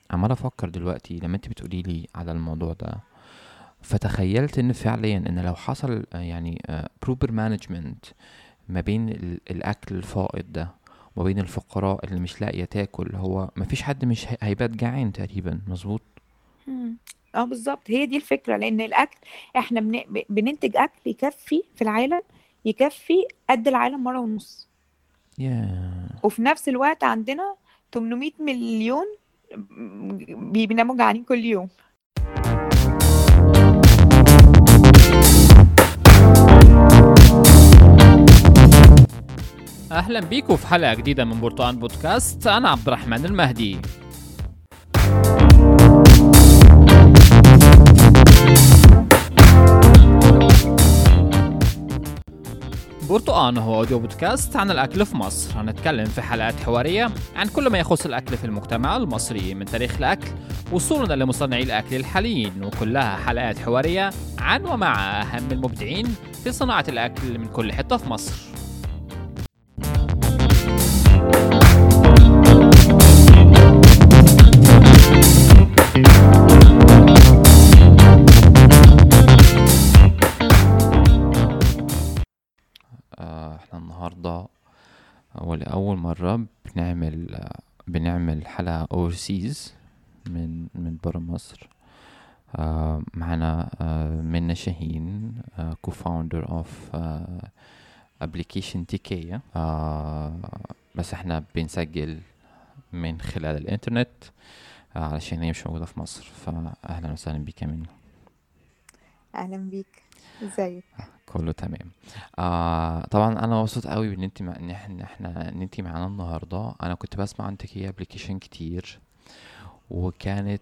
عمال افكر دلوقتي لما انت بتقولي لي على الموضوع ده، فتخيلت ان فعليا ان لو حصل يعني بروبر مانجمنت ما بين الاكل الفائض ده وما بين الفقراء اللي مش لاقيه تاكل، هو ما فيش حد مش هيبات جعان تقريبا. مظبوط. مم. اه بالظبط، هي دي الفكرة. لأن الأكل احنا بننتج أكل يكفي في العالم، يكفي قد العالم مرة ونص. يا وفي نفس الوقت عندنا 800 مليون بيناموا جعانين كل يوم. أهلا بيكم في حلقة جديدة من برتقان بودكاست. أنا عبد الرحمن المهدي. برتقان هو أوديو بودكاست عن الأكل في مصر. هنتكلم في حلقات حوارية عن كل ما يخص الأكل في المجتمع المصري، من تاريخ الأكل وصولا لمصنعي الأكل الحاليين، وكلها حلقات حوارية عن ومع أهم المبدعين في صناعة الأكل من كل حتة في مصر. احنا النهارده ولأول مرة بنعمل حلقة overseas من برا مصر. معنا منى شاهين، co-founder of application تيكية. بس احنا بنسجل من خلال الانترنت علشان هي مش موجودة في مصر. فأهلا وسهلا بيك يا منى. أهلا بيك، ازيك؟ كله تمام. طبعا انا مبسوط قوي ان انت ان انت معانا النهارده. انا كنت بسمع عن تكيه ابلكيشن كتير، وكانت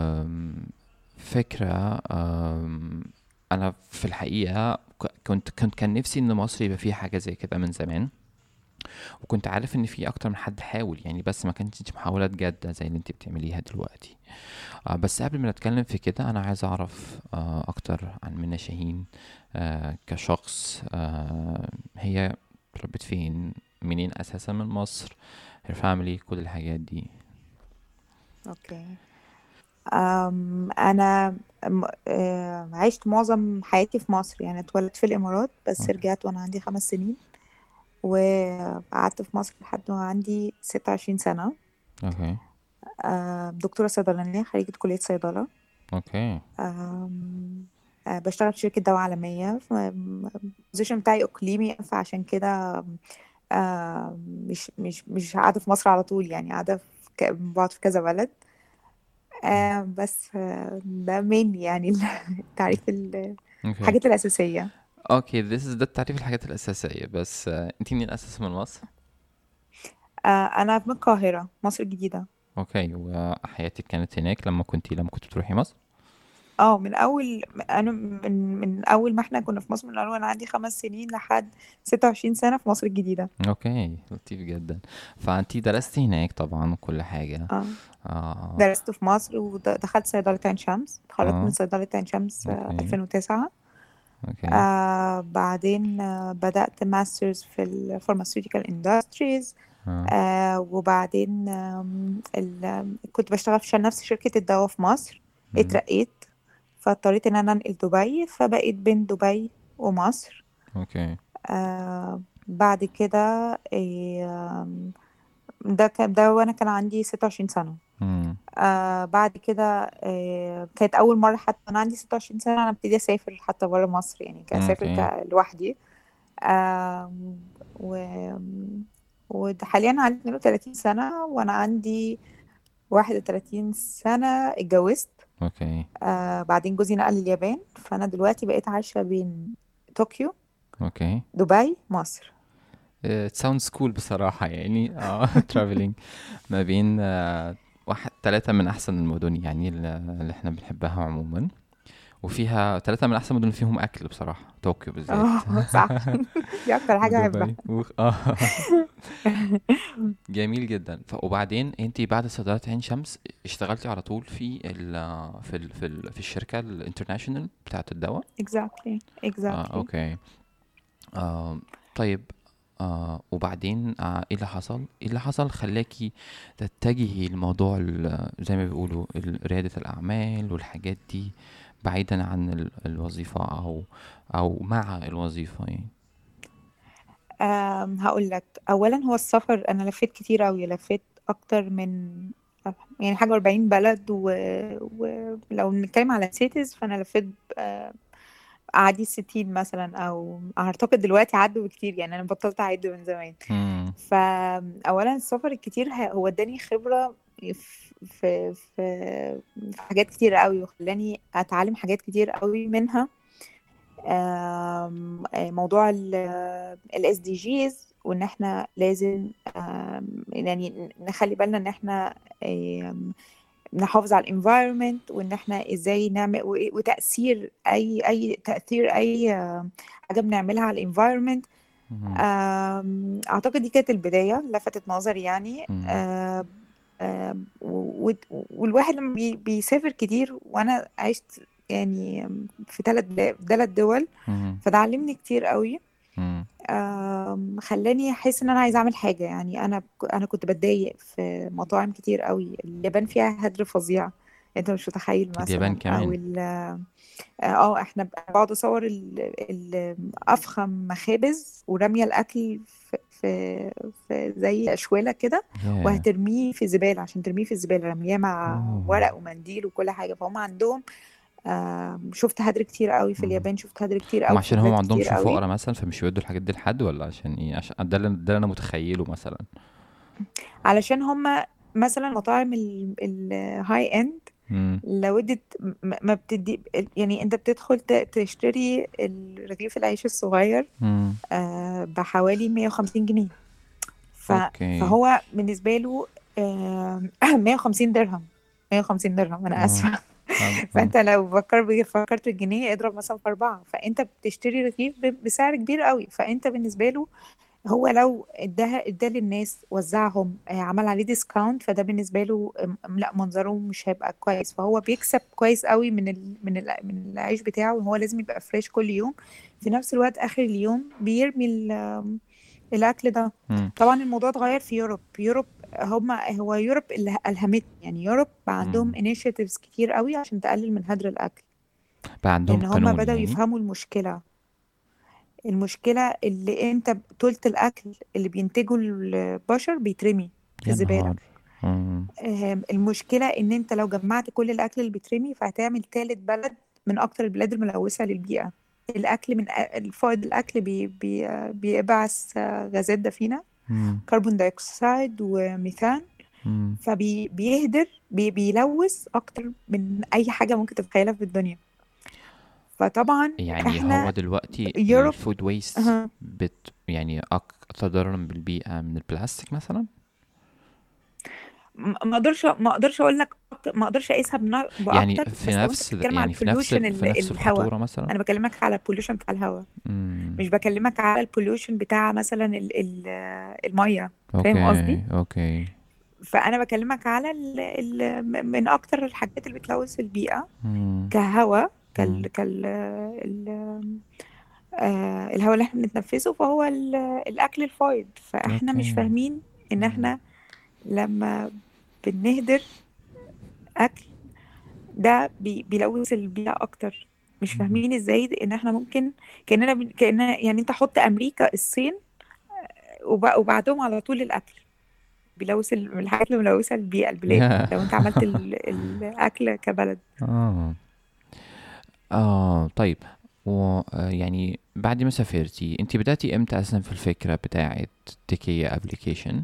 فكره. انا في الحقيقه كان نفسي ان مصر يبقى فيها حاجه زي كده من زمان، وكنت عارف ان في اكتر من حد حاول يعني، بس ما كانتش محاولات جاده زي اللي انت بتعمليها دلوقتي. بس قبل ما نتكلم في كده انا عايز اعرف اكتر عن منى شاهين كشخص. هي اتربت فين، منين اساسا، من مصر، her family، كل الحاجات دي. اوكي. انا عشت معظم حياتي في مصر، يعني اتولدت في الامارات بس اوكي. رجعت وانا عندي 5 سنين، وقعدت في مصر لحد ما عندي 26 سنة. اوكي. دكتورة صيدلانية خريجة كلية صيدلة. اوكي. آم، بشتغل في شركة دواء عالمية. البوزيشن بتاعي إقليمي، فعشان كده مش قاعدة في مصر على طول، يعني قاعدة بقعد في كذا بلد. بس ده مين يعني التعريف اوكي. الحاجات الأساسية. اوكي ده التعريف، الحاجات الاساسيه. بس انت منين اساسا، من مصر؟ أنا من القاهرة، مصر الجديدة. اوكي. وحياتك كانت هناك لما كنت بتروحي مصر؟ اه، من اول انا من اول ما احنا كنا في مصر، من اول وانا عندي 5 سنين لحد 26 سنة في مصر الجديدة. اوكي، لطيف جدا. فانت درستي هناك طبعا وكل حاجه. اه، اه. درست في مصر ودخلت صيدلة عين شمس. اتخرجت من اه. صيدلة عين شمس اوكي. 2009. اوكي. بعدين بدأت ماسترز في الفارماسيوتيكال اندستريز. اه. وبعدين كنت بشتغل في نفس شركة الدواء في مصر. مم. اترقيت، فاضطريت ان انا انقل دبي، فبقيت بين دبي ومصر. اوكي. بعد كده ده وانا كان عندي 26 سنة. مم. بعد كده كانت أول مرة حتى أنا عندي 26 سنة أنا ابتدي أسافر حتى برا مصر، يعني كأسافر اوكي. لوحدي. آه و وحاليا عندي 32 سنة، وأنا عندي 31 سنة اتجوزت. اوكي. بعدين جوزي نقل اليابان، فأنا دلوقتي بقيت عايشة بين طوكيو، اوكي. دبي، مصر. it sounds cool بصراحة يعني. traveling ما بين 3 من أحسن المدن يعني اللي احنا بنحبها عموما، وفيها 3 من أحسن المدن اللي فيهم أكل بصراحة، طوكيو بالذات. اه صح. دي أكتر حاجة بحبها. ودبي جميل جدا. وبعدين انت بعد صيدلة عين شمس اشتغلتي على طول في الشركة الانترناشونال بتاعة الدواء. exactly exactly. اوكي. آه طيب. وبعدين ايه اللي حصل؟ ايه اللي حصل خلاكي تتجهي لموضوع زي ما بيقولوا ريادة الأعمال والحاجات دي، بعيدا عن الوظيفة أو مع الوظيفة يعني؟ هقول لك. اولا هو السفر، انا لفيت كتير قوي، لفيت اكتر من يعني حاجه 40 بلد، ولو بنتكلم على سيتيز فانا لفيت اعدي 60 مثلا، او اعتقد دلوقتي عدوا بكتير، يعني انا بطلت اعد من زمان. مم. فاولا السفر الكتير هو اداني خبره في حاجات كتير قوي، وخلاني اتعلم حاجات كتير قوي، منها موضوع ال SDGs، وان احنا لازم يعني نخلي بالنا ان احنا نحافظ على الانفايرمنت، وان احنا ازاي نعمل وتأثير اي تأثير اي حاجة بنعملها على الانفايرمنت. مم. اعتقد دي كانت البداية لفتت نظري يعني. مم. والواحد لما بيسافر كتير، وانا عشت يعني في 3 دول، مم. فده علمني كتير قوي. مم. خلاني احس ان انا عايزه اعمل حاجه. يعني انا كنت بتضايق في مطاعم كتير قوي، اليابان فيها هدر فظيع، انت مش متخيل اليابان مثلا. او كمان؟ احنا بقعد اصور افخم مخابز ورميه الاكل في زي اشواله كده، ياه. وهترميه في زباله، عشان ترميه في الزباله رميه مع أوه. ورق ومنديل وكل حاجه. فهم عندهم شفت هدر كتير قوي في مم. اليابان، شفت هدر كتير هم قوي في عشان هم بلاد ما كتير عندهمش قوي. فقراء مثلا فمش بيودوا الحاجات دي لحد، ولا عشان ايه؟ عشان ده اللي انا متخيله مثلا. علشان هم مثلا مطاعم الهاي اند، مم. لو ادت ما بتدي، يعني انت بتدخل تشتري رغيف العيش الصغير مم. بحوالي 150 جنيه. اوكي. فهو بالنسبة له 150 درهم، 150 درهم، انا اه. اسفة. اه. فانت لو فكرت الجنيه اضرب مثلا في 4، فانت بتشتري رغيف بسعر كبير قوي. فانت بالنسبة له، هو لو اداه للناس وزعهم عمل عليه ديسكاونت، فده بالنسبه له لا، منظره مش هيبقى كويس. فهو بيكسب كويس قوي من العيش بتاعه، وهو لازم يبقى فريش كل يوم. في نفس الوقت اخر اليوم بيرمي الاكل ده. مم. طبعا الموضوع اتغير في يوروب. هو يوروب اللي الهمتني، يعني يوروب بقى عندهم مم. انيشيتيفز كتير قوي عشان تقلل من هدر الاكل، بقى عندهم لان هم قانون بدأوا يعني؟ يفهموا المشكلة اللي انت تلت الأكل اللي بينتجه البشر بيترمي في يا الزبالة. نهار. مم. المشكلة ان انت لو جمعت كل الأكل اللي بيترمي، فهتعمل تالت بلد من أكتر البلاد الملوثة للبيئة. الأكل من الفائض الأكل بيبعث غازات دفينة، مم. كربون دايوكسيد وميثان. مم. فبيهدر بيلوث أكتر من أي حاجة ممكن تتخيلها في الدنيا. فطبعا يعني هو احنا دلوقتي يوروب. الفود ويست يعني اكتر ضررا بالبيئة من البلاستيك مثلا؟ ما اقدرش اقول لك، ما اقدرش اقيسها يعني باكتر. في بس لو انت نفس بتتكلم على البوليوشن في نفس الهواء، الخطورة مثلا؟ انا بكلمك على البوليوشن بتاع الهواء، مم. مش بكلمك على البوليوشن بتاع مثلا الميه. فاهم قصدي؟ اوكي. اوكي. فانا بكلمك على من اكتر الحاجات اللي بتلوث البيئه مم. كهواء، مم. الهواء اللي احنا بنتنفسه، فهو الاكل الفايض. فاحنا مش اوكي. فاهمين ان مم. احنا لما بنهدر اكل، ده بيلوث البيئة أكتر. مش مم. فاهمين ازاي ان احنا ممكن كأننا يعني انت حط أمريكا الصين وبعدهم على طول الأكل بيلوث من الحاجات اللي ملوثة البيئة البلاد، يا. لو انت عملت الأكل كبلد. اه. طيب. يعني بعد ما سافرتي انت بدأتي امتى اصلا في الفكرة بتاعت تكية ابليكيشن؟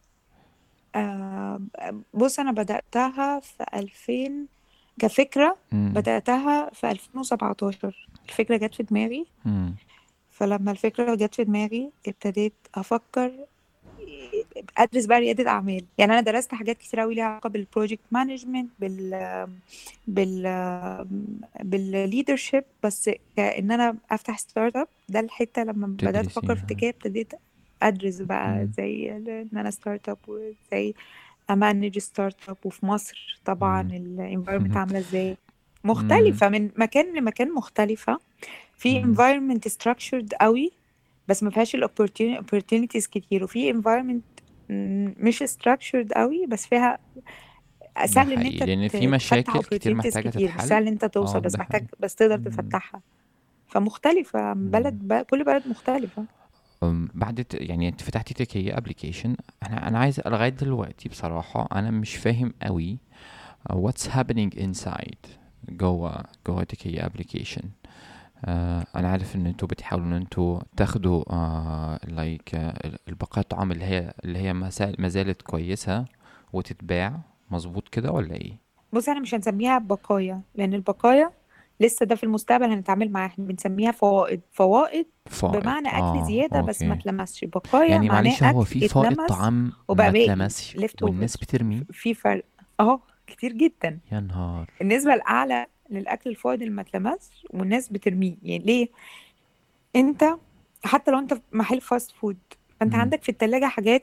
آه بص، أنا بدأتها في 2000 كفكرة. امم. بدأتها في 2017، الفكرة جت في دماغي. امم. فلما الفكرة جت في دماغي ابتديت أفكر ادرس بقى رياده اعمال. يعني انا درست حاجات كتير قوي ليها علاقه بالبروجكت مانجمنت، بال بالليدرشيب. بس كأن انا افتح ستارت اب، ده الحته لما بدات افكر في تدرسيها. التكيه ابتديت ادرس بقى امم. ازاي ان انا ستارت اب، وازاي امانج ستارت اب. وفي مصر طبعا امم. الانفايرمنت عامله ازاي، امم. مختلفه من مكان لمكان، مختلفه. في امم. environment structured قوي بس ما فيهاش ال opportunities كتير، وفي environment مش structured قوي، بس فيها ده سهل ان حقيقي انت لان في تفتح مشاكل كتير opportunities محتاجة كتير، مش تتحل. سهل ان انت توصل، بس ده محتاج، حقيقي. بس تقدر مم. تفتحها. فمختلفة مم. كل بلد مختلفة. بعد يعني انت فتحتي تكية ابلكيشن، انا عايز لغاية دلوقتي بصراحة انا مش فاهم قوي what's happening inside جوه تكية ابلكيشن. انا عارف ان انتوا بتحاولوا ان انتوا تاخدوا لايك البقايا الطعام اللي هي ما زالت كويسة وتتباع، مظبوط كده ولا ايه؟ بص احنا مش هنسميها بقايا، لان البقايا لسه ده في المستقبل هنتعامل معاه، احنا بنسميها فوائد. فوائد فائض، بمعنى اكل زيادة بس ما اوكي. اتلمسش. بقايا يعني معناه معلش هو اكل في فائض اتلمس طعام ما وبقى باقي اتلمسش left والناس over. بترميه؟ في فرق، اه كتير جدا. يا نهار. النسبة الأعلى للأكل الفاضل اللي ما اتلمسش والناس بترميه. يعني ليه؟ أنت حتى لو أنت في محل فاست فود، فأنت مم. عندك في التلاجة حاجات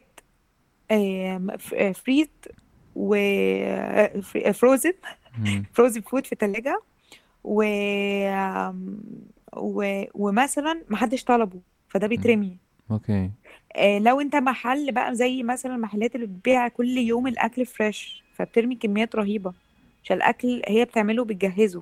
فريز وفروزن، مم. فروزن فود في التلاجة، و... ومثلا محدش طلبه فده مم. بيترمي. اوكي. لو انت محل بقى زي مثلا المحلات اللي بتبيع كل يوم الاكل فريش، فبترمي كميات رهيبة عشان الاكل هي بتعمله بتجهزه.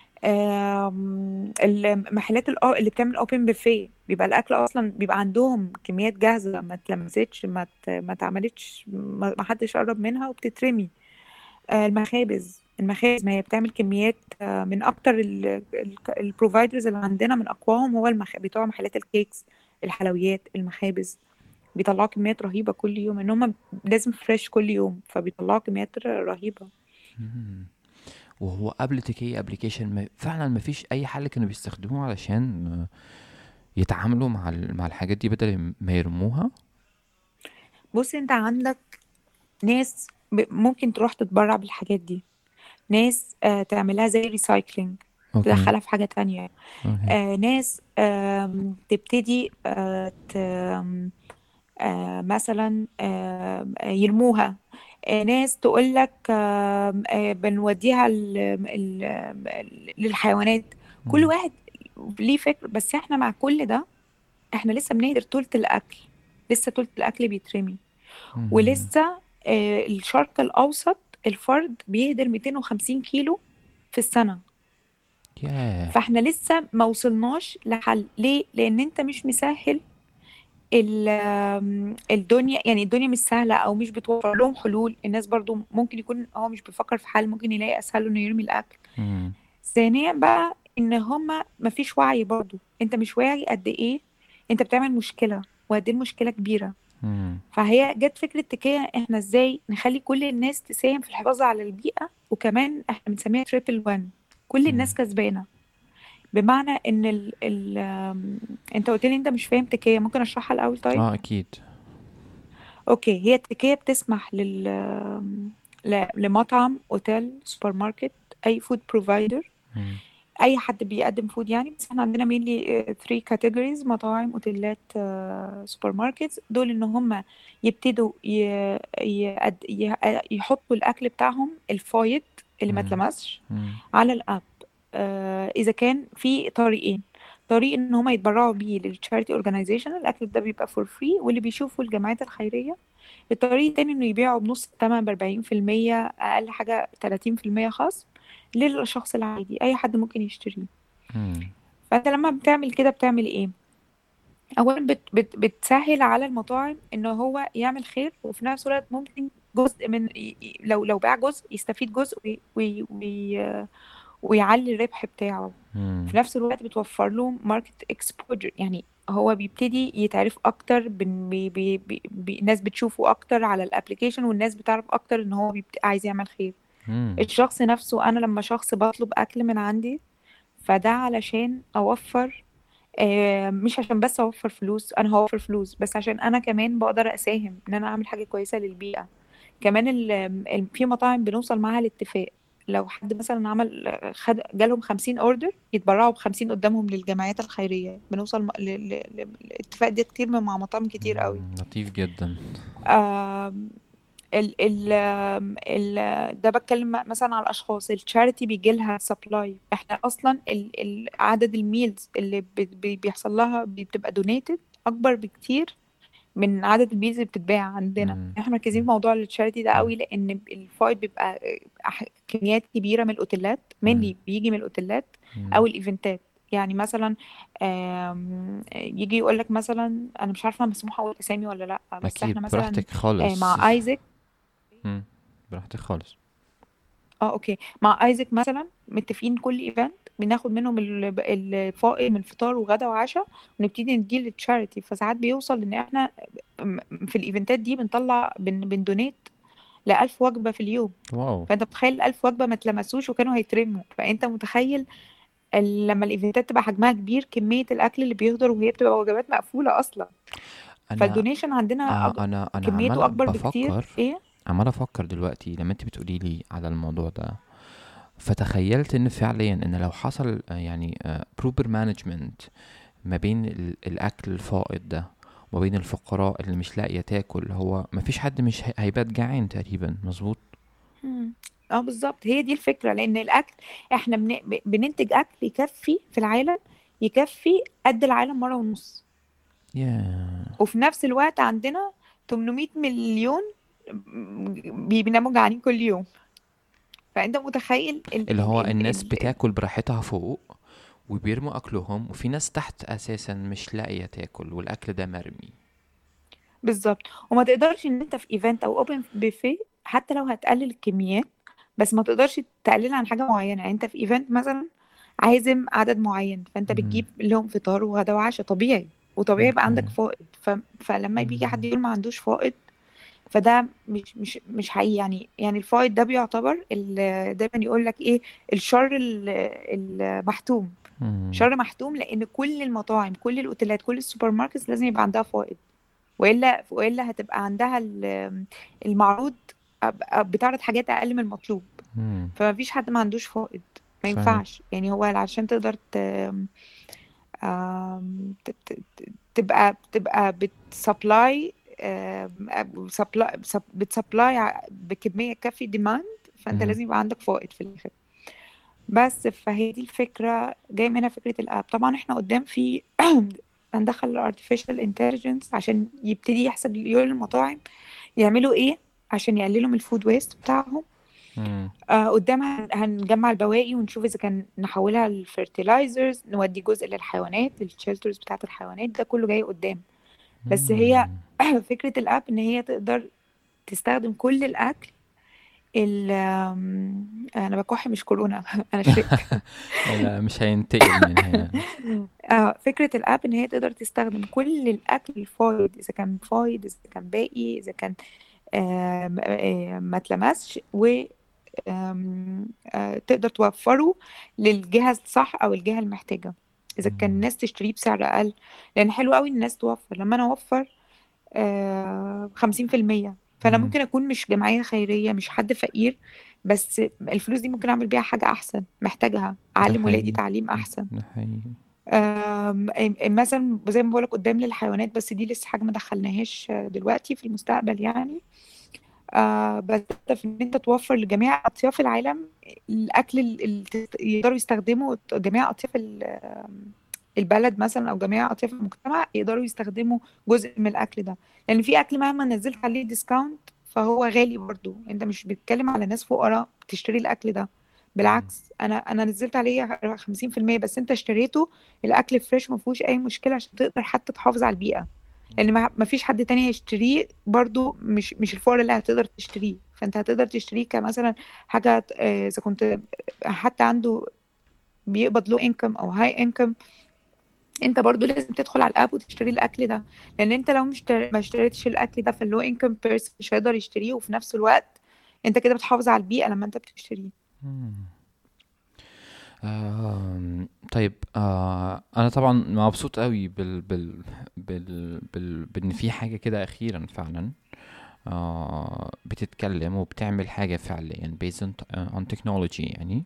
المحلات اللي بتعمل اوبن بوفيه، بيبقى الاكل اصلا بيبقى عندهم كميات جاهزه ما اتلمستش، ما اتعملتش، ما حدش قرب منها وبتترمي. المخابز ما هي بتعمل كميات. من اكتر البروفايدرز اللي عندنا من اقواهم هو بتوع محلات الكيكس، الحلويات، المخابز. بيطلعوا كميات رهيبه كل يوم، ان هم لازم فريش كل يوم، فبيطلعوا كميات رهيبه. مم. وهو قبل تكي ابلكيشن فعلا ما فيش اي حل كانوا بيستخدموه علشان يتعاملوا مع الحاجات دي بدل ما يرموها؟ بص انت عندك ناس ممكن تروح تتبرع بالحاجات دي، ناس تعملها زي ريسايكلينج، اوكي. تدخلها في حاجة تانية. اوكي. ناس تبتدي مثلا يرموها. ناس تقول لك بنوديها للحيوانات. كل مم. واحد ليه فكر، بس احنا مع كل ده احنا لسه بنهدر تلت الأكل، لسه تلت الأكل بيترمي. مم. ولسه الشرق الأوسط الفرد بيهدر 250 كيلو في السنة. ياه. فاحنا لسه ما وصلناش لحل. ليه؟ لأن انت مش مسهل الدنيا. يعني الدنيا مش سهلة أو مش بتوفر لهم حلول. الناس برضو ممكن يكون هو مش بيفكر في حل، ممكن يلاقي أسهل إنه يرمي الأكل. مم. ثانيا بقى إن هما مفيش وعي. برضو انت مش واعي قد إيه انت بتعمل مشكلة، وقد إيه المشكلة كبيرة. مم. فهي جت فكرة تكية، احنا ازاي نخلي كل الناس تساهم في الحفاظ على البيئة، وكمان احنا بنسميها تريبل وان، كل مم. الناس كسبانة. بمعنى ان انت قلت لي انت مش فاهم تكية، ممكن اشرحها الاول؟ طيب اكيد. اوكي. هي التكية بتسمح لمطعم، اوتيل، سوبر ماركت، اي فود بروفايدر، مم. اي حد بيقدم فود يعني. بس احنا عندنا mainly 3 categories: مطاعم، اوتيلات، سوبر ماركتس. دول ان هم يبتدوا يحطوا الاكل بتاعهم الفايض اللي ما مم. اتلمسش مم. على الاب. اذا كان في طريقين: طريق ان هم يتبرعوا بيه للتشاريتي اورجانيزيشن، الاكل ده بيبقى فور فري واللي بيشوفوا الجمعيات الخيريه. الطريق التاني انه يبيعوا بنص الثمن، ب40%، اقل حاجه 30% خاص للشخص العادي، اي حد ممكن يشتريه. مم. فانت لما بتعمل كده بتعمل ايه؟ اولا بتسهل على المطاعم ان هو يعمل خير، وفي نفس الوقت ممكن جزء من لو باع جزء يستفيد جزء ويعلي الربح بتاعه. مم. في نفس الوقت بتوفر له ماركت اكسبوجر، يعني هو بيبتدي يتعرف اكتر، الناس بتشوفه اكتر على الابليكيشن، والناس بتعرف اكتر ان هو عايز يعمل خير. مم. الشخص نفسه، انا لما شخص بطلب اكل من عندي، فده علشان اوفر، مش عشان بس اوفر فلوس، انا هوفر فلوس بس عشان انا كمان بقدر اساهم ان انا اعمل حاجة كويسة للبيئة. كمان في مطاعم بنوصل معاها لاتفاق، لو حد مثلا عمل جالهم 50 اوردر، يتبرعوا ب50 قدامهم للجمعيات الخيرية. بنوصل الاتفاق ده كتير مع مطاعم كتير قوي. لطيف جدا. آم، ال ال ده بتكلم مثلا على الاشخاص. التشاريتي بيجي لها سبلاي. احنا اصلا عدد الميلز اللي بيحصل لها بتبقى دونيتد اكبر بكتير من عدد البيز اللي بتتباع عندنا. احنا مركزين في موضوع التشاريتي ده قوي، لان الفايض بيبقى كميات كبيره من الاوتيلات، مني بيجي من الاوتيلات او الايفنتات. يعني مثلا يجي يقول لك مثلا، انا مش عارفه مسموح اقول اسامي ولا لا، بس اكيد احنا مثلا براحتك خالص. مع ايزك. براحتك خالص. اوكي، مع ايزك مثلا متفقين كل ايفنت بناخد منهم الفائض من فطار وغدا وعشاء، ونبتدي نديه للتشاريتي. فساعات بيوصل ان احنا في الايفنتات دي بنطلع بندونيت ل1000 وجبة في اليوم. واو. فانت متخيل 1000 وجبة ما اتلمسوش وكانوا هيترموا. فانت متخيل لما الايفنتات تبقى حجمها كبير، كمية الاكل اللي بيهدر، وهي بتبقى وجبات مقفولة اصلا. انا فالدونيشن عندنا انا كميته عمال اكبر بكتير. بفكر، ايه، عمال افكر دلوقتي لما انت بتقولي لي على الموضوع ده، فتخيلت ان فعليا ان لو حصل يعني بروبر مانجمنت ما بين الاكل الفائض ده وما بين الفقراء اللي مش لاقيه تاكل، هو مفيش حد مش هيبات جعان تقريبا. مظبوط. اه بالظبط، هي دي الفكرة. لان الاكل احنا بننتج اكل يكفي في العالم، يكفي قد العالم مرة ونص. وفي نفس الوقت عندنا 800 مليون بيناموا جعانين كل يوم. فانت متخيل اللي هو الناس بتاكل براحتها فوق وبيرموا اكلهم، وفي ناس تحت اساسا مش لاقيه تاكل والاكل ده مرمي. بالظبط. وما تقدرش ان انت في ايفنت او اوبن بوفيه حتى لو هتقلل الكميات، بس ما تقدرش تقلل عن حاجه معينه. يعني انت في ايفنت مثلا عازم عدد معين، فانت بتجيب لهم فطار وغدا وعشاء طبيعي، وطبيعي يبقى عندك فائض. فلما بيجي حد يقول ما عندوش فائض، فده مش حقيقي. يعني الفائض ده بيعتبر دايما يقول لك ايه، الشر المحتوم. شر محتوم، لان كل المطاعم، كل الاوتيلات، كل السوبر ماركتس لازم يبقى عندها فائض، والا هتبقى عندها المعروض بتعرض حاجات اقل من المطلوب. فما فيش حد ما عندوش فائض، ما ينفعش. يعني هو عشان تقدر تبقى بتسبلاي بتسبلاي بكميه تكفي ديماند، فانت لازم يبقى عندك فائض في الاخر. بس فهي دي الفكره، جاي منها فكره الاب. طبعا احنا قدام في هندخل الارتفيشال انتليجنس عشان يبتدي يحسب المطاعم يعملوا ايه عشان يقللوا من الفود ويست بتاعهم. قدام هنجمع البواقي ونشوف اذا كان نحولها للفيرتيلايزرز، نودي جزء للحيوانات، للشيلترز بتاعت الحيوانات. ده كله جاي قدام. بس هي فكرة الاب ان هي تقدر تستخدم كل الاكل انا بكح، مش كورونا انا شرقت. لا مش هينتقل من هنا. فكرة الاب ان هي تقدر تستخدم كل الاكل الفايض، اذا كان فايض، اذا كان باقي، اذا كان ما اتلمسش، و تقدر توفره للجهة الصح او الجهة المحتاجة، اذا كان الناس تشتريه بسعر اقل. لان حلو قوي الناس توفر. لما انا اوفر 50%، فانا ممكن اكون مش جمعية خيرية، مش حد فقير، بس الفلوس دي ممكن اعمل بيها حاجة احسن محتاجها، اعلم ولادي تعليم احسن. ده حقيقي. مثلا زي ما بقولك قدام للحيوانات، بس دي لسه حاجة ما دخلناهاش دلوقتي، في المستقبل يعني. بس في ان انت توفر لجميع اطياف العالم الاكل اللي يقدروا يستخدموا، جميع اطياف البلد مثلا، او جميع اطياف المجتمع يقدروا يستخدموا جزء من الاكل ده. لان في اكل مهما نزلت عليه ديسكاونت فهو غالي برضو. انت مش بتتكلم على ناس فقراء بتشتري الاكل ده، بالعكس، انا نزلت عليه 50%، بس انت اشتريته الاكل فريش، ما فيهوش اي مشكله، عشان تقدر حتى تحافظ على البيئه. لان ما فيش حد تاني هيشتريه برضو، مش الفقراء اللي هتقدر تشتريه. فانت هتقدر تشتريه كمثلا حاجه اذا كنت حتى عنده بيقبض لو انكم او هاي انكم، انت برضو لازم تدخل على الاب وتشتري الاكل ده. لان انت لو ما اشتريتش الاكل ده، فاللو انكم بيرسون مش هيقدر يشتريه. وفي نفس الوقت انت كده بتحافظ على البيئه لما انت بتشتريه. طيب انا طبعا مبسوط قوي بان في حاجه كده اخيرا فعلا بتتكلم وبتعمل حاجه فعليا based on technology يعني،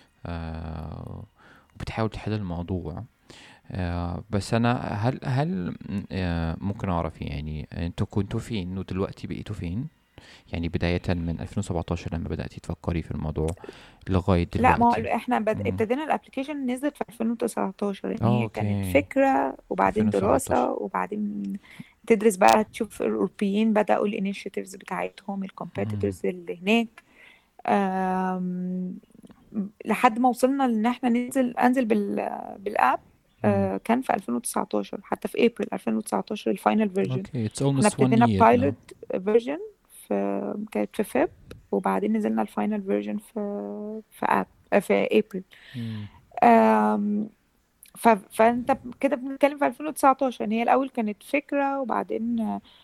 وبتحاول تحل الموضوع. بس انا هل ممكن اعرف يعني انتوا كنتوا فين ودلوقتي بقيتوا فين؟ يعني بداية من 2017 لما بدأتي تفكري في الموضوع لغاية لا، ما هو دلوقتي؟ احنا مم. ابتدينا الابلكيشن نزلت في 2019، يعني هي كانت اوكي. فكرة وبعدين 2017. دراسة وبعدين تدرس بقى، تشوف الأوروبيين بدأوا الانيشيتيفز بتاعتهم، مم. الكومبيتيتورز اللي هناك. آم، لحد ما وصلنا ان احنا انزل بالاب. مم. كان في 2019، حتى في ابريل 2019 الفاينل فيرجن. اوكي it's احنا almost one ابتدينا year now. بايلوت فيرجن كانت في فيب، وبعدين نزلنا الفاينل فيرجن في ابريل. مم. آم، فانت كده بنتكلم في 2019، يعني هي الاول كانت فكره، وبعدين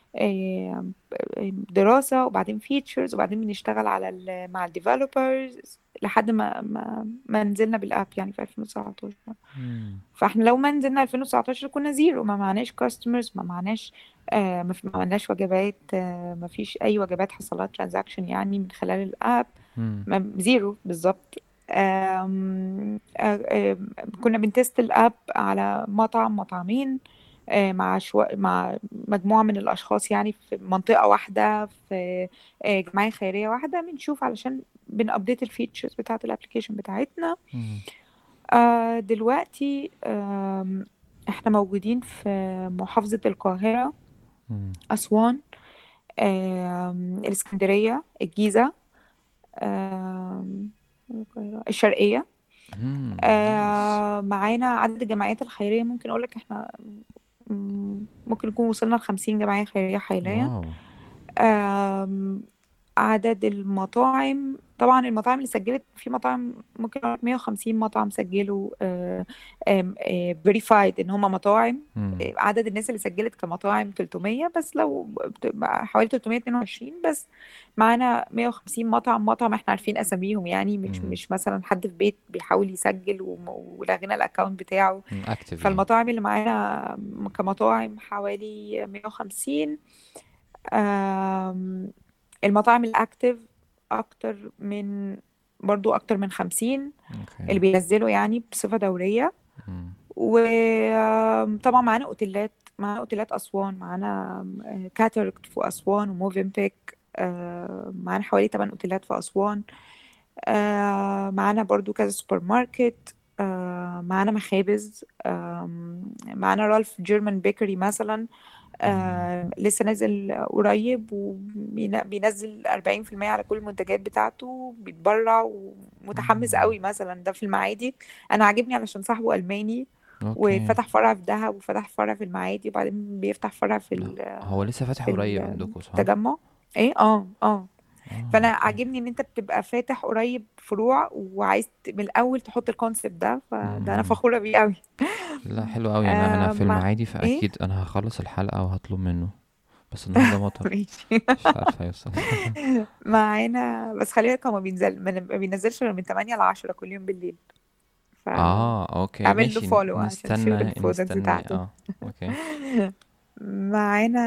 دراسه، وبعدين فيتشرز، وبعدين بنشتغل مع الديفلوبرز لحد ما نزلنا بالاب يعني في 2019. مم. فاحنا لو ما نزلنا 2019 كنا زيرو، ما معناش كاستمرز، ما معناش ما عملناش وجبات، ما فيش اي وجبات حصلت ترانزاكشن يعني من خلال الاب. مم. زيرو بالظبط. كنا بنتست الاب على مطعمين، مع مجموعة من الأشخاص، يعني في منطقة واحدة، في جمعية خيرية واحدة، بنشوف علشان بنابديت الفيتشرز بتاعة الابليكيشن بتاعتنا. مم. دلوقتي احنا موجودين في محافظة القاهرة، مم. أسوان، الإسكندرية، الجيزة، الشرقية. مم. نايس. معانا عدد الجمعيات الخيرية، ممكن أقولك احنا ممكن نكون وصلنا ل50 جمعية خيرية حاليا. واو. آم، عدد المطاعم، طبعا المطاعم اللي سجلت، في مطاعم ممكن أقولك 150 مطعم سجلوا فيريفايد ان هم مطاعم. مم. عدد الناس اللي سجلت كمطاعم 300 بس، لو حوالي 322 بس. معانا 150 مطعم احنا عارفين اساميهم، يعني مش مم. مش مثلا حد في بيت بيحاول يسجل ولغينا الاكونت بتاعه. اكتف يعني. فالمطاعم اللي معانا كمطاعم حوالي 150. آم، المطاعم الأكتف برضو أكتر من 50 اوكي. اللي بينزلوا يعني بصفة دورية. مم. وطبعا معانا أوتيلات أسوان، معانا كاتركت في أسوان وموفنبيك. معانا حوالي 8 أوتيلات في أسوان. معانا برضو كذا سوبر ماركت. معانا مخابز. معانا رالف جيرمان بيكري مثلا، مم. لسه نازل قريب، وبينزل 40% على كل المنتجات بتاعته، بيتبرع ومتحمس مم. قوي. مثلا ده في المعادي، انا عاجبني علشان صاحبه ألماني، اوكي. وفتح فرع في دهب، وفتح فرع في المعادي، وبعدين بيفتح فرع هو لسه فاتح في قريب عندكم صح؟ التجمع. ايه، فانا اوكي. عاجبني ان انت بتبقى فاتح قريب فروع، وعايز من الاول تحط الكونسيبت ده، فده انا مم. فخورة بيه قوي. لا حلو قوي. انا في مع المعادي، ايه. فاكيد انا هخلص الحلقة وهطلب منه، بس النهارده مطر، ماشي. مش عارفة يوصل. معانا، بس خلي بالك هو ما بينزلش غير من 8 ل 10 كل يوم بالليل، اه اوكي فاعمل له ماشي. فولو عشان تشوف نستنى البرودكتس نستنى بتاعته. اه. اوكي. معانا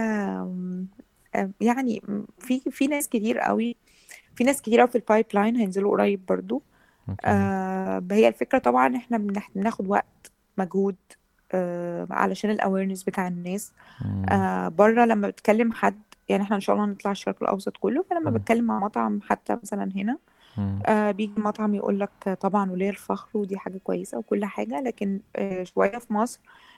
يعني في ناس كتير قوي، في ناس كتير قوي في البايب لاين هينزلوا قريب برضو. اوكي. هي الفكرة طبعا احنا بناخد وقت، مجهود، علشان الاويرنس بتاع الناس. مم. بره لما بتكلم حد، يعني احنا ان شاء الله نطلع الشرق الاوسط كله، فلما مم. بتكلم مع مطعم حتى مثلا هنا، مم. بيجي المطعم يقول لك طبعا وليه الفخر، ودي حاجة كويسة وكل حاجة، لكن شوية في مصر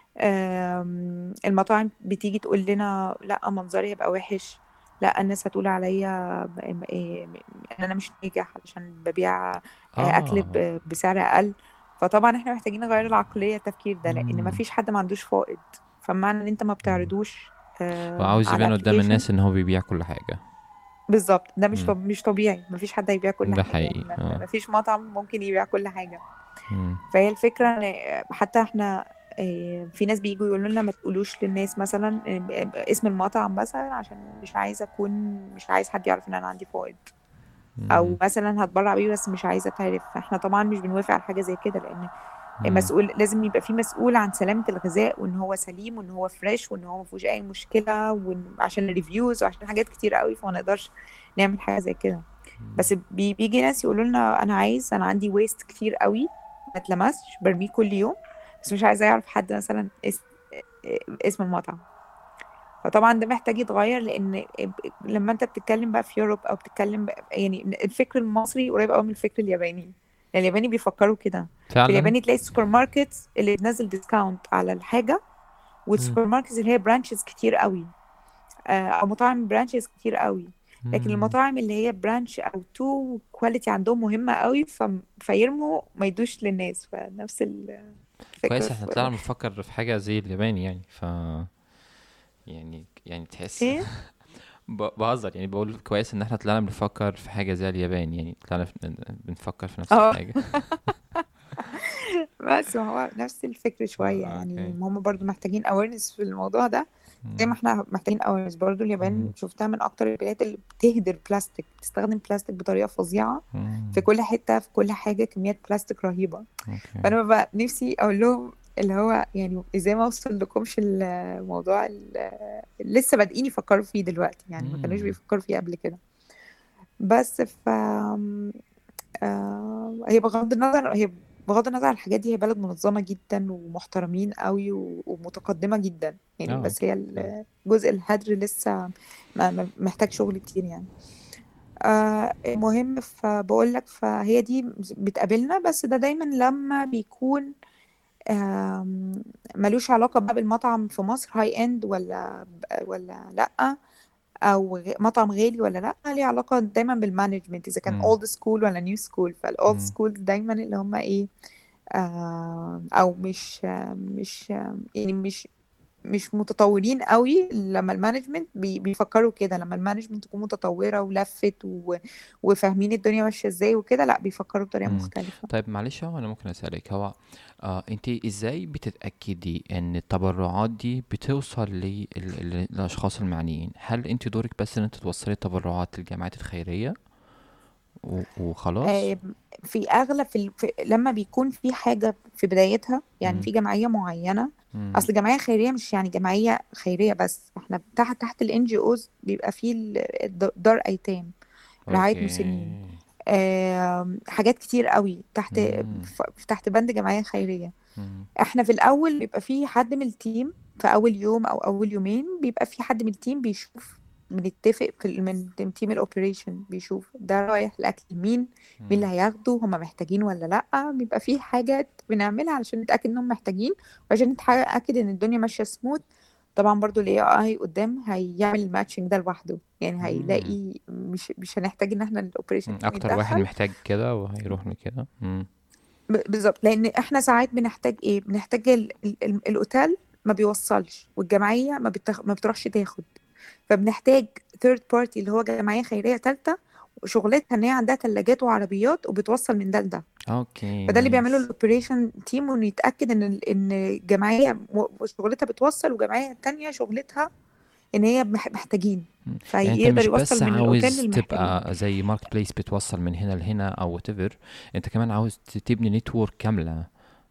المطاعم بتيجي تقول لنا لا، منظري هيبقى وحش، لا الناس هتقول عليا ان انا مش ناجح علشان ببيع اكل اه. بسعر اقل. فطبعا احنا محتاجين نغير العقلية، التفكير ده، لان مم. مفيش حد ما عندوش فائض. فمعنى ان انت ما مم. بتعرضوش وعاوز على يبان قدام الابليكيشن. الناس ان هو بيبيع كل حاجة. بالظبط، ده مم. مش طبيعي، مفيش حد هيبيع كل ده حاجة، يعني حقيقي اه. مفيش مطعم ممكن يبيع كل حاجة. مم. فهي الفكرة ان حتى احنا في ناس بييجوا يقولوا لنا ما تقولوش للناس مثلا اسم المطعم، مثلا عشان مش عايز حد يعرف ان انا عندي فائض، مم. او مثلا هتبرع بيه بس مش عايزة تعرف. فاحنا طبعا مش بنوافق على حاجة زي كده، لان مم. لازم يبقى في مسؤول عن سلامة الغذاء، وان هو سليم، وان هو فريش، وان هو ما فيهوش اي مشكلة، وعشان الريفيوز، وعشان حاجات كتير قوي، فما نقدرش نعمل حاجة زي كده. مم. بس بيجي ناس يقولوا لنا انا عندي ويست كتير قوي ما اتلمسش، برميه كل يوم، بس مش عايزه يعرف حد مثلا اسم المطعم. فطبعا ده محتاج يتغير، لان لما انت بتتكلم بقى في يوروب او بتتكلم يعني الفكر المصري قريب قوي من الفكر الياباني. يعني الياباني بيفكروا كده. في فعلا. الياباني تلاقي السوبر ماركتس اللي بتنزل ديسكاونت على الحاجه، مم. والسوبر ماركتس اللي هي برانشز كتير قوي، او مطاعم برانشز كتير قوي. لكن مم. المطاعم اللي هي برانش او تو كواليتي عندهم مهمه قوي، فيرموا ما يدوش للناس. فنفس الفكره كويس احنا في طلعنا بنفكر في حاجة زي الياباني يعني يعني تحس ايه. بهزر يعني، بقول كويس ان احنا طلعنا بنفكر في حاجة زي اليابان، يعني طلعنا بنفكر في نفس اه الحاجة. بس هو نفس الفكر شوية، يعني اوكي. هم برضو محتاجين awareness في الموضوع ده، زي ما مم. احنا محتاجين awareness. برضو اليابان مم. شفتها من اكتر البلاد اللي بتهدر بلاستيك، بتستخدم بلاستيك بطريقة فظيعة في مم. كل حتة، في كل حاجة كميات بلاستيك رهيبة. اوكي. فانا بقى نفسي اقول لهم اللي هو يعني ازاي ما اوصل لكمش الموضوع اللي لسه بادئين يفكروا فيه دلوقتي، يعني ما كانوش مم. بيفكروا فيه قبل كده. بس هي بغض النظر عن الحاجات دي، هي بلد منظمة جدا ومحترمين قوي ومتقدمة جدا يعني. اه بس اكيد. هي الجزء الهدر لسه محتاج شغل كتير يعني. المهم فبقول لك، فهي دي بتقابلنا، بس ده دايما لما بيكون ملوش علاقة بقى بالمطعم في مصر هاي اند ولا لأ، او مطعم غالي ولا لا. ليه علاقه دايما بالمانجمنت، اذا كان مم. اولد سكول ولا نيو سكول. فالاولد مم. سكول دايما اللي هم ايه، او يعني مش متطورين قوي. لما المانجمنت بيفكروا كده، لما المانجمنت تكون متطوره ولفت وفاهمين الدنيا ماشيه ازاي وكده، لا بيفكروا بطريقه مم. مختلفه. طيب معلش، هو انا ممكن اسالك، هو انت ازاي بتتاكدي ان التبرعات دي بتوصل للاشخاص المعنيين؟ هل انت دورك بس ان انت توصلي التبرعات للجمعيات الخيريه وخلاص؟ آه، في اغلب لما بيكون في حاجه في بدايتها، يعني مم. في جمعيه معينه. مم. اصل جمعيه خيريه مش يعني جمعيه خيريه بس، احنا تحت الان جي اوز بيبقى فيه دار ايتام، رعايه مسنين، اوكي. حاجات كتير قوي مم. تحت بند جمعيه خيريه. مم. احنا في الاول بيبقى في حد من التيم، في اول يوم او اول يومين بيبقى في حد من التيم بيشوف، بنتفق من تيم الاوبريشن، بيشوف ده رايح لاكل مين، مين مم. اللي هياخده، هم محتاجين ولا لا. بيبقى في حاجات بنعملها علشان نتاكد انهم محتاجين، وعشان نتاكد ان الدنيا ماشيه سموث. طبعا برضو الاي اي قدام هيعمل الماتشنج ده لوحده، يعني مم. هيلاقي مش هنحتاج ان احنا الاوبريشن تيم اكتر واحد يتدخل. محتاج كده وهيروح لكده. مم. بالظبط، لان احنا ساعات بنحتاج ايه، بنحتاج الاوتيل ما بيوصلش، والجمعيه ما بتروحش تاخد، فبنحتاج ثيرد بارتي اللي هو جمعيه خيريه ثالثه، شغلتها ان هي عندها ثلاجات وعربيات وبتوصل من ده لده. اوكي فده اللي بيعمله نايس. الاوبريشن تيم، وانه يتاكد ان جمعيه شغلتها بتوصل، وجمعيه تانية شغلتها ان هي محتاجين، مم. يعني انت فيقدر مش يوصل بس من الاوتيل عاوز للمحتاجين. تبقى زي ماركت بليس بتوصل من هنا لهنا او whatever، انت كمان عاوز تبني نتورك كاملة،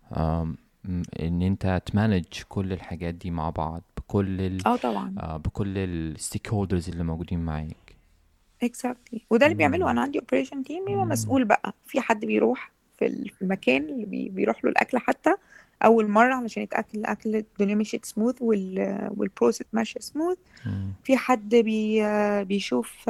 ان انت تمانج كل الحاجات دي مع بعض اه طبعا. بكل الستيك هولدرز اللي موجودين معاك. exactly. وده اللي بيعمله. مم. انا عندي اوبريشن تيم بيبقى مم. مسؤول بقى، في حد بيروح في المكان اللي بيروح له الاكل حتى اول مره، علشان يتاكد الاكل الدنيا مشيت سموث والبروسيس ماشيه سموث. مم. في حد بيشوف،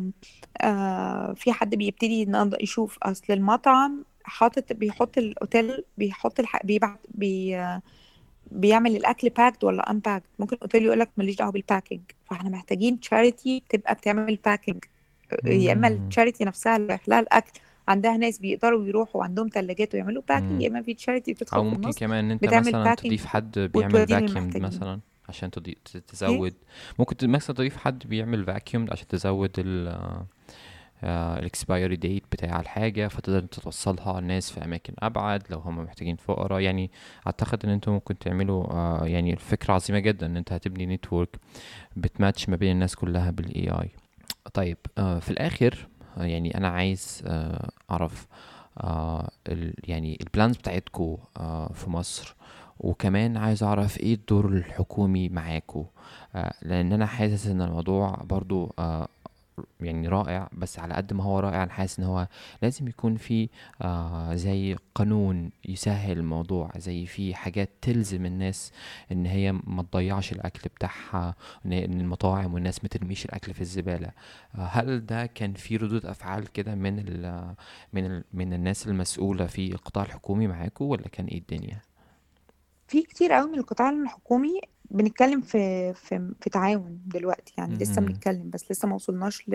في حد بيبتدي يشوف اصل المطعم بيحط الاوتيل، بيبعت بيعمل الاكل باكد ولا ان باكد. ممكن الاوتيل يقول لك ماليش دعوه بالباكينج، فاحنا محتاجين تشاريتي تبقى بتعمل باكينج. يا اما مم. التشاريتي نفسها اللي رايح لها الاكل عندها ناس بيقدروا يروحوا وعندهم ثلاجات ويعملوا باكينج، مم. يا اما في تشاريتي بتدخل او في ممكن النص كمان ان انت بتعمل مثلا باكينج تضيف حد بيعمل وتوديه فاكيوم للمحتاجين. مثلا عشان ايه. تزود. ممكن مثلا تضيف حد بيعمل فاكيوم عشان تزود الاكسبايري ديت بتاع الحاجة، فتقدر انت توصلها للناس في اماكن ابعد لو هم محتاجين فقراء يعني. اعتقد ان انتوا ممكن تعملوا يعني الفكرة عظيمة جدا ان انت هتبني نتورك بتماتش ما بين الناس كلها بالاي اي. طيب في الاخر يعني انا عايز اعرف يعني البلانز بتاعتكو في مصر، وكمان عايز اعرف ايه الدور الحكومي معاكو، لان انا حاسس ان الموضوع برضو يعني رائع، بس على قد ما هو رائع انا حاسس ان هو لازم يكون في زي قانون يسهل الموضوع، زي في حاجات تلزم الناس ان هي ما تضيعش الاكل بتاعها، إن المطاعم والناس ما ترميش الاكل في الزبالة. هل ده كان في ردود افعال كده من الناس المسؤولة في القطاع الحكومي معاكم، ولا كان ايه الدنيا؟ في كتير قوي من القطاع الحكومي بنتكلم في تعاون دلوقتي، يعني لسه مهم. بنتكلم بس لسه ما وصلناش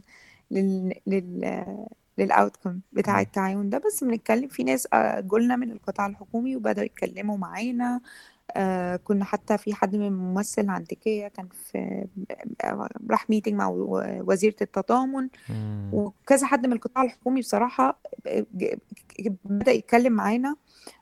لل للاوتكم بتاع مم. التعاون ده، بس بنتكلم في ناس جولنا من القطاع الحكومي وبدأوا يتكلموا معانا. كنا حتى في حد من ممثل عن تركيا كان في راح ميتنج مع وزيرة التضامن، مم. وكذا حد من القطاع الحكومي بصراحة بدأ يتكلم معانا.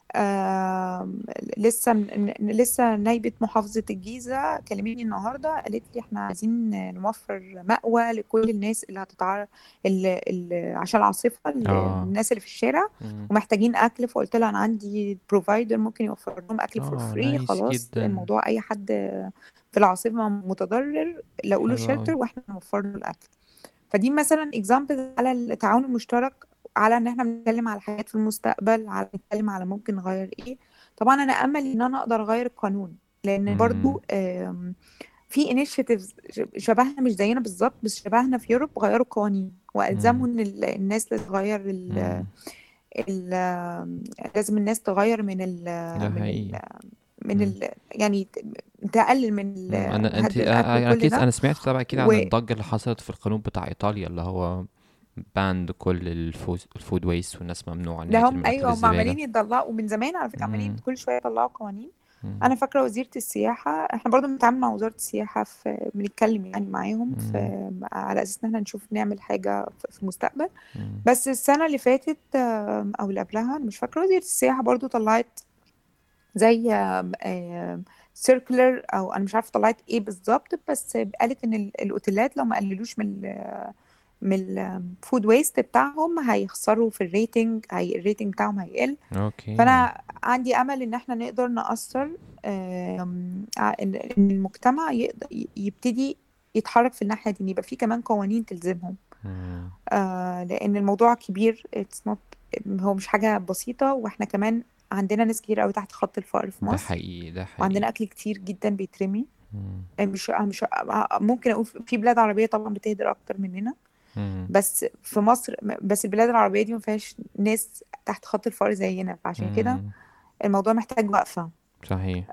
لسه نايبة محافظة الجيزة كلميني النهاردة، قالت لي احنا عايزين نوفر مأوى لكل الناس اللي عشان العاصفة، اه. الناس اللي في الشارع مم. ومحتاجين أكل. فقلت لها أنا عندي بروفايدر ممكن يوفر لهم أكل فور فري. نايس خلاص جدا. الموضوع أي حد في العاصفة متضرر لقوا له حلو قوي. شيلتر واحنا نوفر له الأكل. فدي مثلا اكزامبل على التعاون المشترك، على ان احنا بنتكلم على حاجات في المستقبل، على نتكلم على ممكن نغير ايه. طبعا انا امل ان انا اقدر اغير القانون، لان مم. برضو في انيشيتيفز شبهنا مش زينا بالظبط بس شبهنا في يوروب غيروا القوانين والزموا مم. ان الناس اللي تغير مم. ال لازم الناس تغير ده من ال حقيقي. من مم. ال يعني تقلل من انت هدر الاكل انا وكل اكيد ده. انا سمعت طبعا اكيد عن الضجه اللي حصلت في القانون بتاع ايطاليا، اللي هو باند كل الفود ويست، والناس ممنوع ان ده هي هم ترمي الاكل في ايوه هم الزباله. عمالين يطلعوا ومن زمان على فكره، عمالين مم. كل شويه يطلعوا قوانين. مم. انا فاكره وزيره السياحه، احنا برضو بنتعامل مع وزاره السياحه، بنتكلم يعني معاهم مم. على اساس ان احنا نشوف نعمل حاجه في المستقبل. مم. بس السنه اللي فاتت او اللي قبلها مش فاكره، وزيره السياحه برضو طلعت زي سيركلر، او انا مش عارفه طلعت ايه بالظبط، بس قالت ان الاوتيلات لو ما قللوش من الفود ويست بتاعهم هيخسروا في الريتنج، الريتنج بتاعهم هيقل. اوكي. فانا عندي امل ان احنا نقدر نأثر، إن المجتمع يقدر يبتدي يتحرك في الناحية دي، إن يبقى في كمان قوانين تلزمهم. مم. لان الموضوع كبير. It's not هو مش حاجة بسيطة، واحنا كمان عندنا ناس كتير قوي تحت خط الفقر في ده مصر، حقيقي، ده حقيقي. وعندنا اكل كتير جدا بيترمي. مم. مش ممكن اقول في بلاد عربية طبعا بتهدر اكتر مننا، مم. بس في مصر بس البلاد العربية دي ما فيهاش ناس تحت خط الفقر زينا، فعشان كده مم. الموضوع محتاج وقفة. صحيح.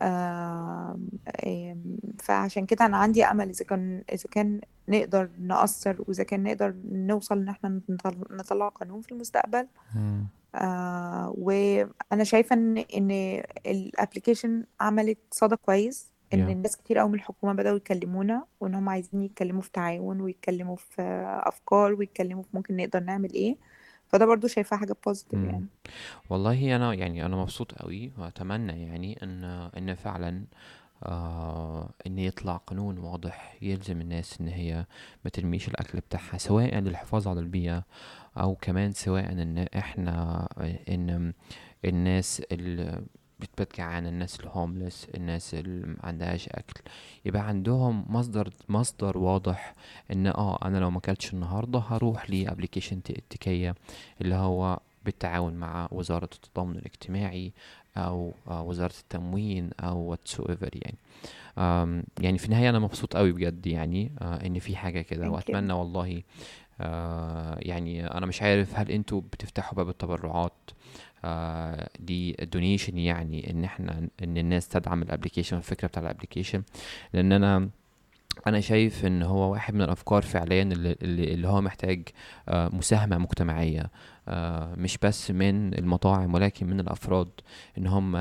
فعشان كده أنا عندي أمل، إذا كان نقدر نأثر، وإذا كان نقدر نوصل إن احنا نطلع قانون في المستقبل. مم. وأنا شايفة إن الابليكيشن عملت صدى كويس، إن يا الناس كتير قوي من الحكومة بدأوا يكلمونا، وإن هم عايزين يتكلموا في تعاون، ويتكلموا في أفكار، ويتكلموا في ممكن نقدر نعمل إيه. فده برضو شايفاه حاجة بوزيتيف مم. يعني. والله انا يعني انا مبسوط قوي، واتمنى يعني ان فعلا ان يطلع قانون واضح يلزم الناس ان هي ما ترميش الاكل بتاعها، سواء للحفاظ على البيئة، او كمان سواء ان احنا ان الناس اللي بتبات جعانة، الناس الهوملس، الناس اللي ما عندهاش اكل، يبقى عندهم مصدر واضح ان انا لو ما اكلتش النهارده هروح لابلكيشن تكية، اللي هو بالتعاون مع وزارة التضامن الاجتماعي، او وزارة التموين، او whatsoever يعني. يعني في النهاية انا مبسوط قوي بجد، يعني ان في حاجة كده، Thank you. واتمنى والله. يعني انا مش عارف هل انتوا بتفتحوا باب التبرعات دي دونيشن، يعني ان الناس تدعم الابليكيشن، الفكرة بتاع الابليكيشن، لان انا شايف ان هو واحد من الافكار فعليا اللي هو محتاج مساهمة مجتمعية، مش بس من المطاعم ولكن من الافراد، ان هم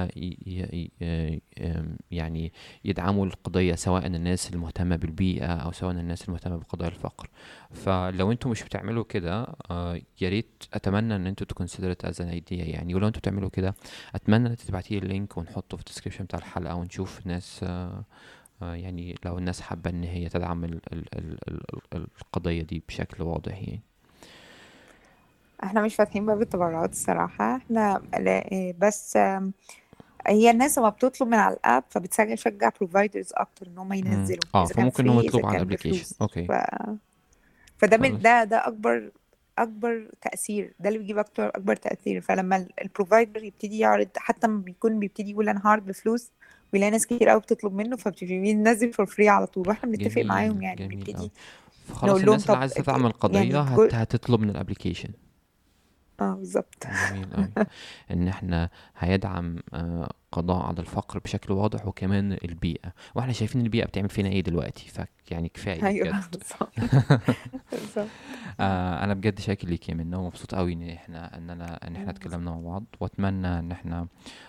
يعني يدعموا القضية، سواء الناس المهتمة بالبيئة او سواء الناس المهتمة بقضايا الفقر. فلو انتوا مش بتعملوا كده، يا ريت اتمنى ان انتوا تكونسيدر ات از ان ايديا يعني. ولو انتوا بتعملوا كده اتمنى ان تبعتي لي اللينك ونحطه في الديسكريبشن بتاع الحلقة، ونشوف ناس يعني لو الناس حابة ان هي تدعم القضية دي بشكل واضح يعني. احنا مش فاتحين باب التبرعات الصراحة، احنا بس هي الناس لما بتطلب من على الاب فبتشجع بروفايدرز اكتر ان هم ينزلوا، اذا كان فممكن انهم فري اذا يطلبوا على كان الابليكيشن. بفلوس. اوكي. فده خلاص ده اكبر تاثير، ده اللي بيجيب اكبر تاثير. فلما البروفايدر يبتدي يعرض، حتى ما بيكون بيبتدي يقول انا هعرض بفلوس، ويلاقي ناس كتير قوي بتطلب منه، فبتبتدي بينزل فور فري على طول، واحنا بنتفق معاهم جميل يعني، جميل قوي. بنبتدي فخلاص نقول لهم الناس اللي طب عايزة تعمل يعني قضية هتطلب من الابليكيشن. اه بالظبط. جميل قوي. ان احنا هيدعم قضاء على الفقر بشكل واضح، وكمان البيئة، واحنا شايفين البيئة بتعمل فينا ايه دلوقتي، يعني كفاية ايوه بجد. بالظبط بالظبط. انا بجد شاكر ليك يا منى، ومبسوط قوي ان احنا اتكلمنا مع بعض، واتمنى ان احنا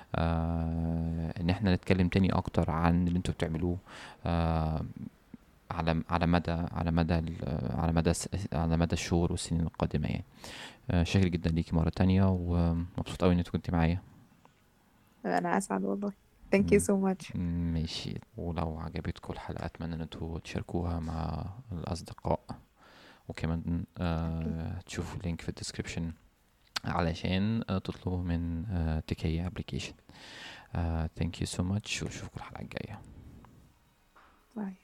نتكلم تاني اكتر عن اللي انتوا بتعملوه آه على مدى الشهور والسنين القادمة يعني. شاكر جدا ليكي مرة تانية، ومبسوط قوي ان انت كنت معايا. انا اسعد والله. thank you م- so much. ماشي. ولو عجبتكم الحلقة اتمنى ان انتوا تشاركوها مع الاصدقاء، وكمان تشوفوا اللينك في الديسكريبشن علشان تطلبوا من تكية ابليكيشن. thank you so much، واشوفكم الحلقة الجاية. باي.